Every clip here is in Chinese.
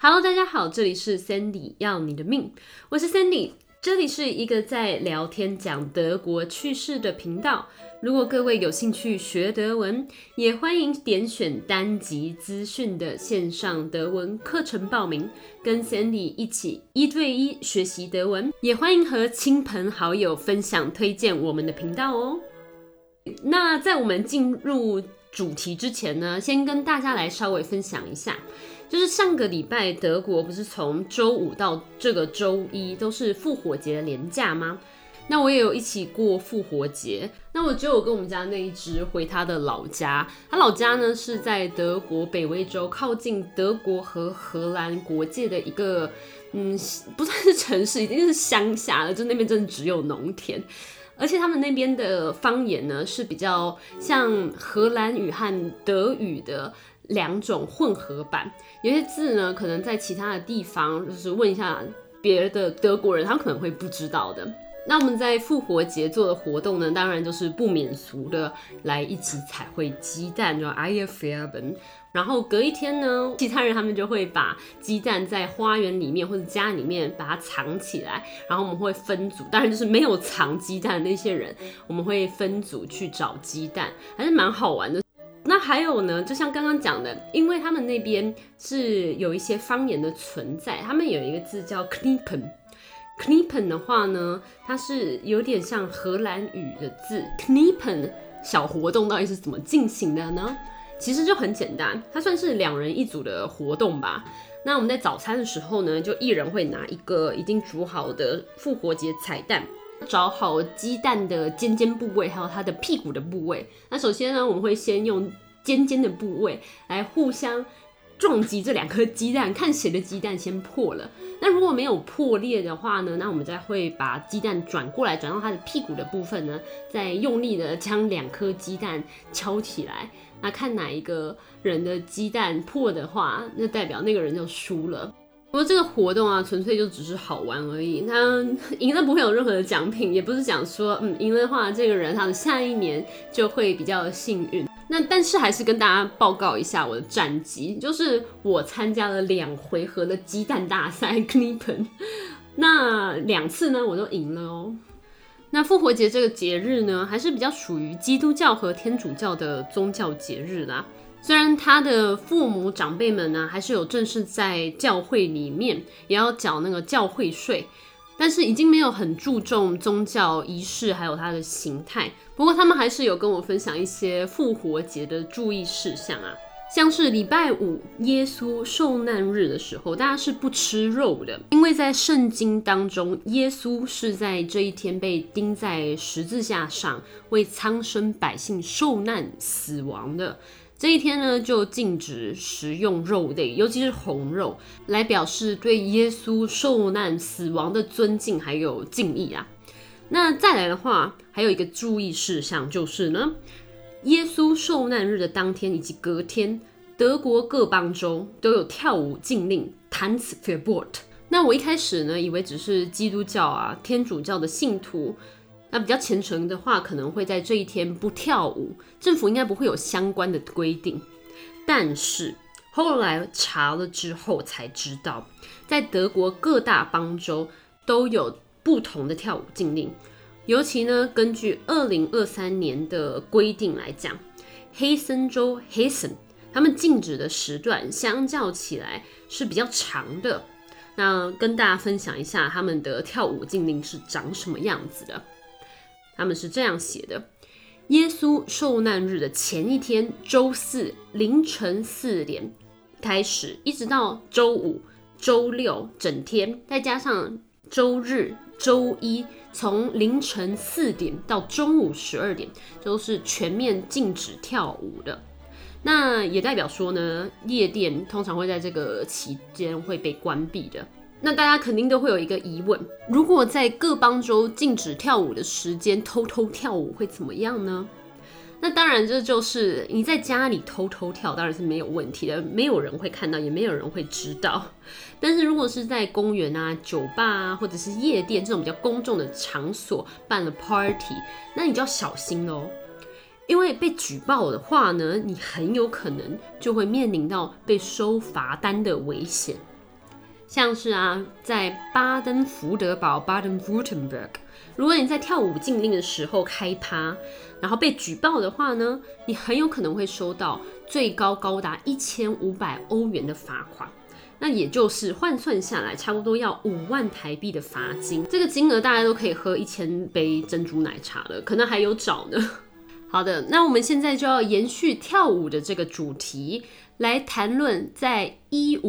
Hello， 大家好，这里是 Sandy 要你的命，我是 Sandy， 这里是一个在聊天讲德国趣事的频道。如果各位有兴趣学德文，也欢迎点选单集资讯的线上德文课程报名，跟 Sandy 一起1对1学习德文。也欢迎和亲朋好友分享推荐我们的频道哦。那在我们进入主题之前呢，先跟大家来稍微分享一下，就是上个礼拜德国不是从周五到这个周一都是复活节的连假吗？那我也有一起过复活节。那我只有跟我们家那一只回他的老家，他老家呢是在德国北威州靠近德国和荷兰国界的一个不算是城市，已经是乡下了，就那边真的只有农田。而且他们那边的方言呢是比较像荷兰语和德语的两种混合版，有些字呢可能在其他的地方就是问一下别的德国人，他们可能会不知道的。那我们在复活节做的活动呢，当然就是不免俗的来一起彩绘鸡蛋，就 Eierfärben。然后隔一天呢，其他人他们就会把鸡蛋在花园里面或者家里面把它藏起来，然后我们会分组，当然就是没有藏鸡蛋的那些人，我们会分组去找鸡蛋，还是蛮好玩的。那还有呢，就像刚刚讲的，因为他们那边是有一些方言的存在，他们有一个字叫 Knippen。Knippen 的话呢，它是有点像荷兰语的字。Knippen 小活动到底是怎么进行的呢？其实就很简单，它算是2人1组的活动吧。那我们在早餐的时候呢，就一人会拿一个已经煮好的复活节彩蛋，找好鸡蛋的尖尖部位，还有它的屁股的部位。那首先呢，我们会先用尖尖的部位来互相撞击这2颗鸡蛋，看谁的鸡蛋先破了。那如果没有破裂的话呢，那我们再会把鸡蛋转过来，转到它的屁股的部分呢，再用力的将2颗鸡蛋敲起来。那看哪一个人的鸡蛋破的话，那代表那个人就输了。不过这个活动啊，纯粹就只是好玩而已。他赢了不会有任何的奖品，也不是讲说，赢了的话，这个人他的下一年就会比较幸运。那但是还是跟大家报告一下我的战绩，就是我参加了2回合的鸡蛋大赛 Knippen， 那2次呢我都赢了哦。那复活节这个节日呢，还是比较属于基督教和天主教的宗教节日啦。虽然他的父母长辈们呢，还是有正式在教会里面也要缴那个教会税，但是已经没有很注重宗教仪式还有它的形态。不过他们还是有跟我分享一些复活节的注意事项啊，像是礼拜5耶稣受难日的时候，大家是不吃肉的，因为在圣经当中，耶稣是在这一天被钉在十字架上，为苍生百姓受难死亡的。这一天呢，就禁止食用肉类，尤其是红肉，来表示对耶稣受难死亡的尊敬还有敬意啊。那再来的话，还有一个注意事项就是呢，耶稣受难日的当天以及隔天，德国各邦州都有跳舞禁令 Tanzverbot。那我一开始呢，以为只是基督教啊、天主教的信徒。那比较虔诚的话，可能会在这一天不跳舞，政府应该不会有相关的规定。但是后来查了之后才知道，在德国各大邦州都有不同的跳舞禁令。尤其呢，根据2023年的规定来讲，黑森州 Hessen 他们禁止的时段相较起来是比较长的。那跟大家分享一下他们的跳舞禁令是长什么样子的。他们是这样写的：耶稣受难日的前一天，周4凌晨4点开始，一直到周5、周6整天，再加上周日、周一，从凌晨4点到中午12点，都是全面禁止跳舞的。那也代表说呢，夜店通常会在这个期间会被关闭的。那大家肯定都会有一个疑问，如果在各邦州禁止跳舞的时间偷偷跳舞会怎么样呢？那当然这就是你在家里偷偷跳当然是没有问题的，没有人会看到，也没有人会知道。但是如果是在公园啊、酒吧啊，或者是夜店这种比较公众的场所办了 party， 那你就要小心咯。因为被举报的话呢，你很有可能就会面临到被收罚单的危险。 像是在巴登福德堡 （Baden-Württemberg），如果你在跳舞禁令的时候开趴，然后被举报的话呢，你很有可能会收到最高达1500欧元的罚款。那也就是换算下来，差不多要5万台币的罚金。这个金额大家都可以喝1000杯珍珠奶茶了，可能还有找呢。好的，那我们现在就要延续跳舞的这个主题，来谈论在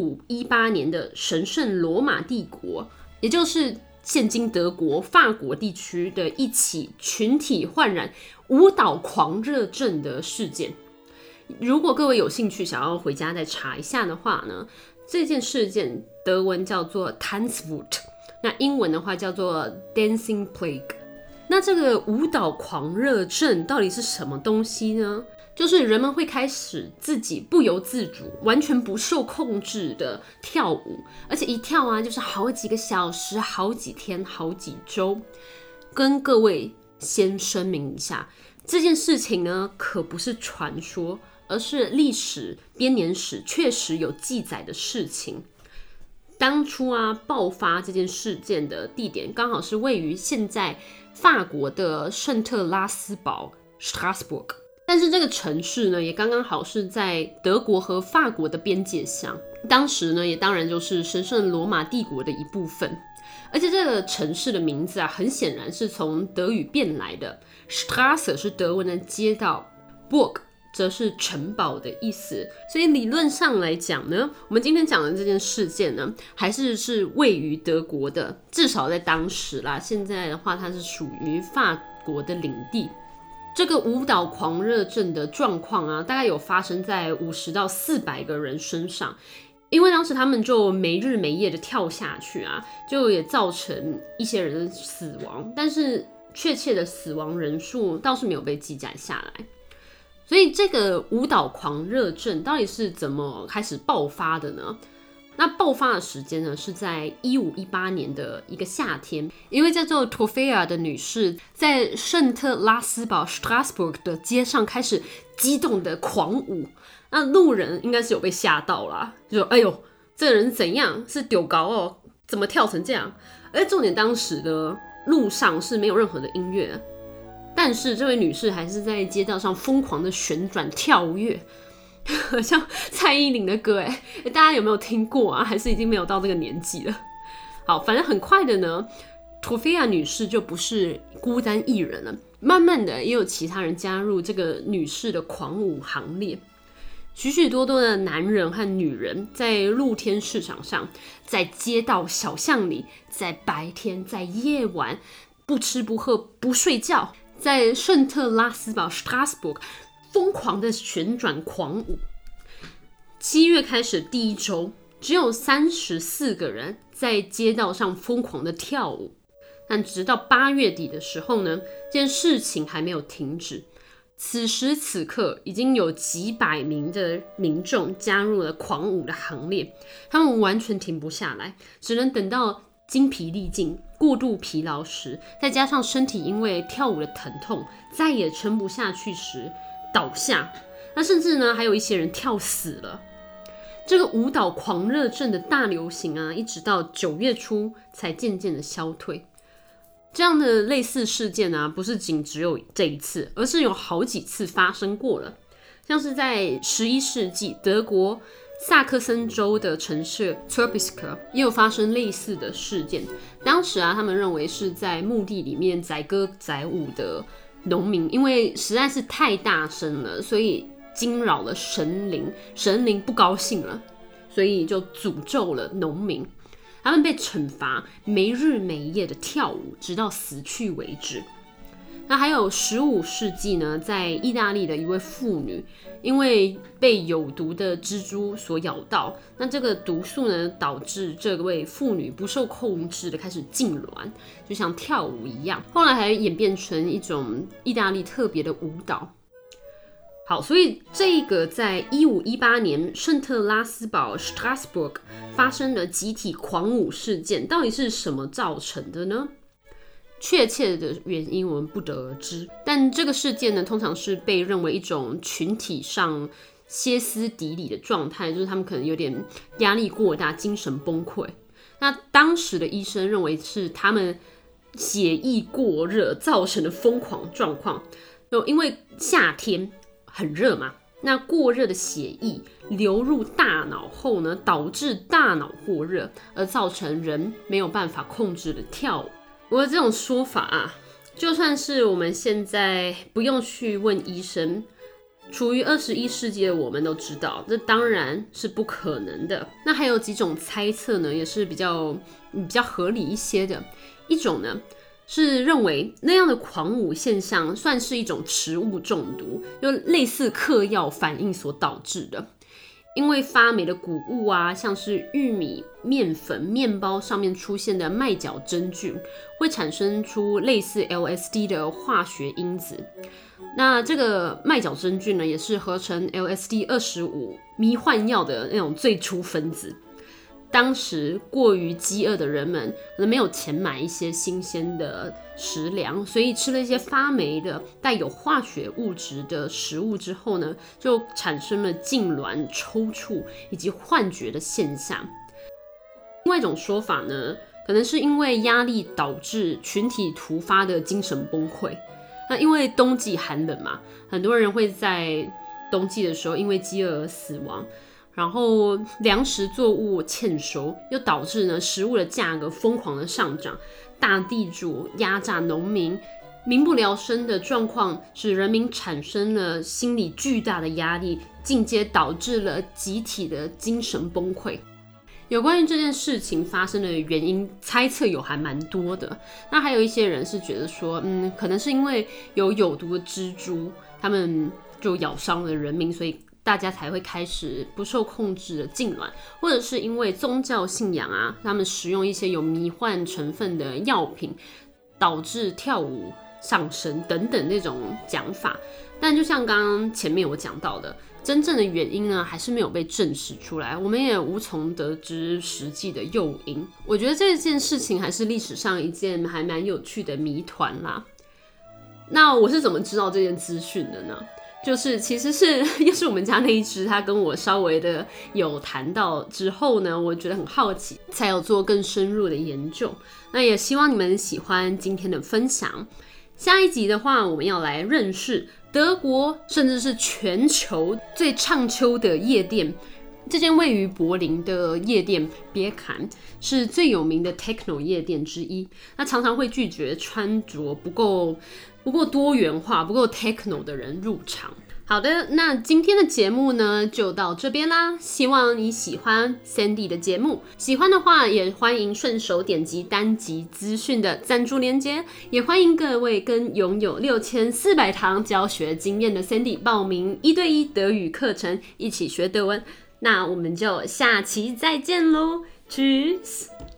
1518年的神圣罗马帝国，也就是现今德国、法国地区的一起群体患染舞蹈狂热症的事件。如果各位有兴趣想要回家再查一下的话呢，这件事件德文叫做 Tanzwut， 那英文的话叫做 Dancing Plague。那这个舞蹈狂热症到底是什么东西呢？就是人们会开始自己不由自主、完全不受控制的跳舞，而且一跳就是好几个小时、好几天、好几周。跟各位先声明一下，这件事情呢可不是传说，而是历史编年史确实有记载的事情。当初爆发这件事件的地点刚好是位于现在法国的圣特拉斯堡 Strasbourg， 但是这个城市呢也刚刚好是在德国和法国的边界上，当时呢也当然就是神圣罗马帝国的一部分。而且这个城市的名字很显然是从德语变来的， Straße 是德文的街道， Burg则是城堡的意思。所以理论上来讲呢，我们今天讲的这件事件呢，还是位于德国的，至少在当时啦。现在的话，它是属于法国的领地。这个舞蹈狂热症的状况大概有发生在50到400个人身上。因为当时他们就没日没夜的跳下去就也造成一些人的死亡，但是确切的死亡人数倒是没有被记载下来。所以这个舞蹈狂热症到底是怎么开始爆发的呢？那爆发的时间呢，是在1518年的一个夏天，一位叫做 Tofea 的女士在圣特拉斯堡 Strasbourg 的街上开始激动的狂舞。那路人应该是有被吓到啦，就说哎呦，这个人怎样？是丢高哦？怎么跳成这样？而重点当时的路上是没有任何的音乐，但是这位女士还是在街道上疯狂的旋转跳跃，像蔡依林的歌大家有没有听过还是已经没有到这个年纪了？好，反正很快的呢，图菲亚女士就不是孤单一人了，慢慢的也有其他人加入这个女士的狂舞行列。许许多多的男人和女人在露天市场上，在街道小巷里，在白天，在夜晚，不吃不喝不睡觉，在圣特拉斯堡 Strasbourg 疯狂的旋转狂舞。7月开始第一周，只有34个人在街道上疯狂的跳舞，但直到8月底的时候呢，这件事情还没有停止。此时此刻，已经有几百名的民众加入了狂舞的行列，他们完全停不下来，只能等到精疲力尽、过度疲劳时，再加上身体因为跳舞的疼痛再也撑不下去时倒下。那甚至呢，还有一些人跳死了。这个舞蹈狂热症的大流行一直到9月初才渐渐的消退。这样的类似事件不是仅只有这一次，而是有好几次发生过了。像是在11世纪，德国萨克森州的城市 Zerbisk 也有发生类似的事件。当时他们认为是在墓地里面载歌载舞的农民，因为实在是太大声了，所以惊扰了神灵，神灵不高兴了，所以就诅咒了农民。他们被惩罚没日没夜的跳舞，直到死去为止。那还有15世纪呢，在意大利的一位妇女，因为被有毒的蜘蛛所咬到，那这个毒素呢，导致这位妇女不受控制的开始痉挛，就像跳舞一样。后来还演变成一种意大利特别的舞蹈。好，所以这个在1518年圣特拉斯堡 Strasbourg 发生的集体狂舞事件，到底是什么造成的呢？确切的原因我们不得而知，但这个事件呢，通常是被认为一种群体上歇斯底里的状态，就是他们可能有点压力过大，精神崩溃。 那当时的医生认为是他们血液过热造成的疯狂状况，因为夏天很热嘛，那过热的血液流入大脑后呢，导致大脑过热，而造成人没有办法控制的跳舞。不过这种说法啊，就算是我们现在不用去问医生，处于21世纪的我们都知道，这当然是不可能的。那还有几种猜测呢，也是比较合理一些的。一种呢是认为那样的狂舞现象算是一种食物中毒，就类似嗑药反应所导致的。因为发霉的谷物啊，像是玉米、面粉、面包上面出现的麦角真菌，会产生出类似 LSD 的化学因子。那这个麦角真菌呢，也是合成 LSD-25 迷幻药的那种最初分子。当时过于饥饿的人们可能没有钱买一些新鲜的食粮，所以吃了一些发霉的带有化学物质的食物之后呢，就产生了痉挛、抽搐以及幻觉的现象。另外一种说法呢，可能是因为压力导致群体突发的精神崩溃。那因为冬季寒冷嘛，很多人会在冬季的时候因为饥饿而死亡。然后粮食作物欠收，又导致呢食物的价格疯狂的上涨，大地主压榨农民，民不聊生的状况使人民产生了心理巨大的压力，进阶导致了集体的精神崩溃。有关于这件事情发生的原因，猜测有还蛮多的。那还有一些人是觉得说，可能是因为有毒的蜘蛛，他们就咬伤了人民，所以大家才会开始不受控制的痉挛，或者是因为宗教信仰啊，他们使用一些有迷幻成分的药品，导致跳舞上升等等这种讲法。但就像刚刚前面我讲到的，真正的原因呢，还是没有被证实出来，我们也无从得知实际的诱因。我觉得这件事情还是历史上一件还蛮有趣的谜团啦。那我是怎么知道这件资讯的呢？就是其实是又是我们家那一只，他跟我稍微的有谈到之后呢，我觉得很好奇，才有做更深入的研究。那也希望你们喜欢今天的分享。下一集的话，我们要来认识德国甚至是全球最畅销的夜店。这间位于柏林的夜店别坎是最有名的 techno 夜店之一，那常常会拒绝穿着不够多元化、不够 techno 的人入场。好的，那今天的节目呢就到这边啦，希望你喜欢 Sandy 的节目，喜欢的话也欢迎顺手点击单集资讯的赞助连结，也欢迎各位跟拥有6400堂教学经验的 Sandy 报名1对1德语课程，一起学德文。那我们就下期再见咯， Tschüss。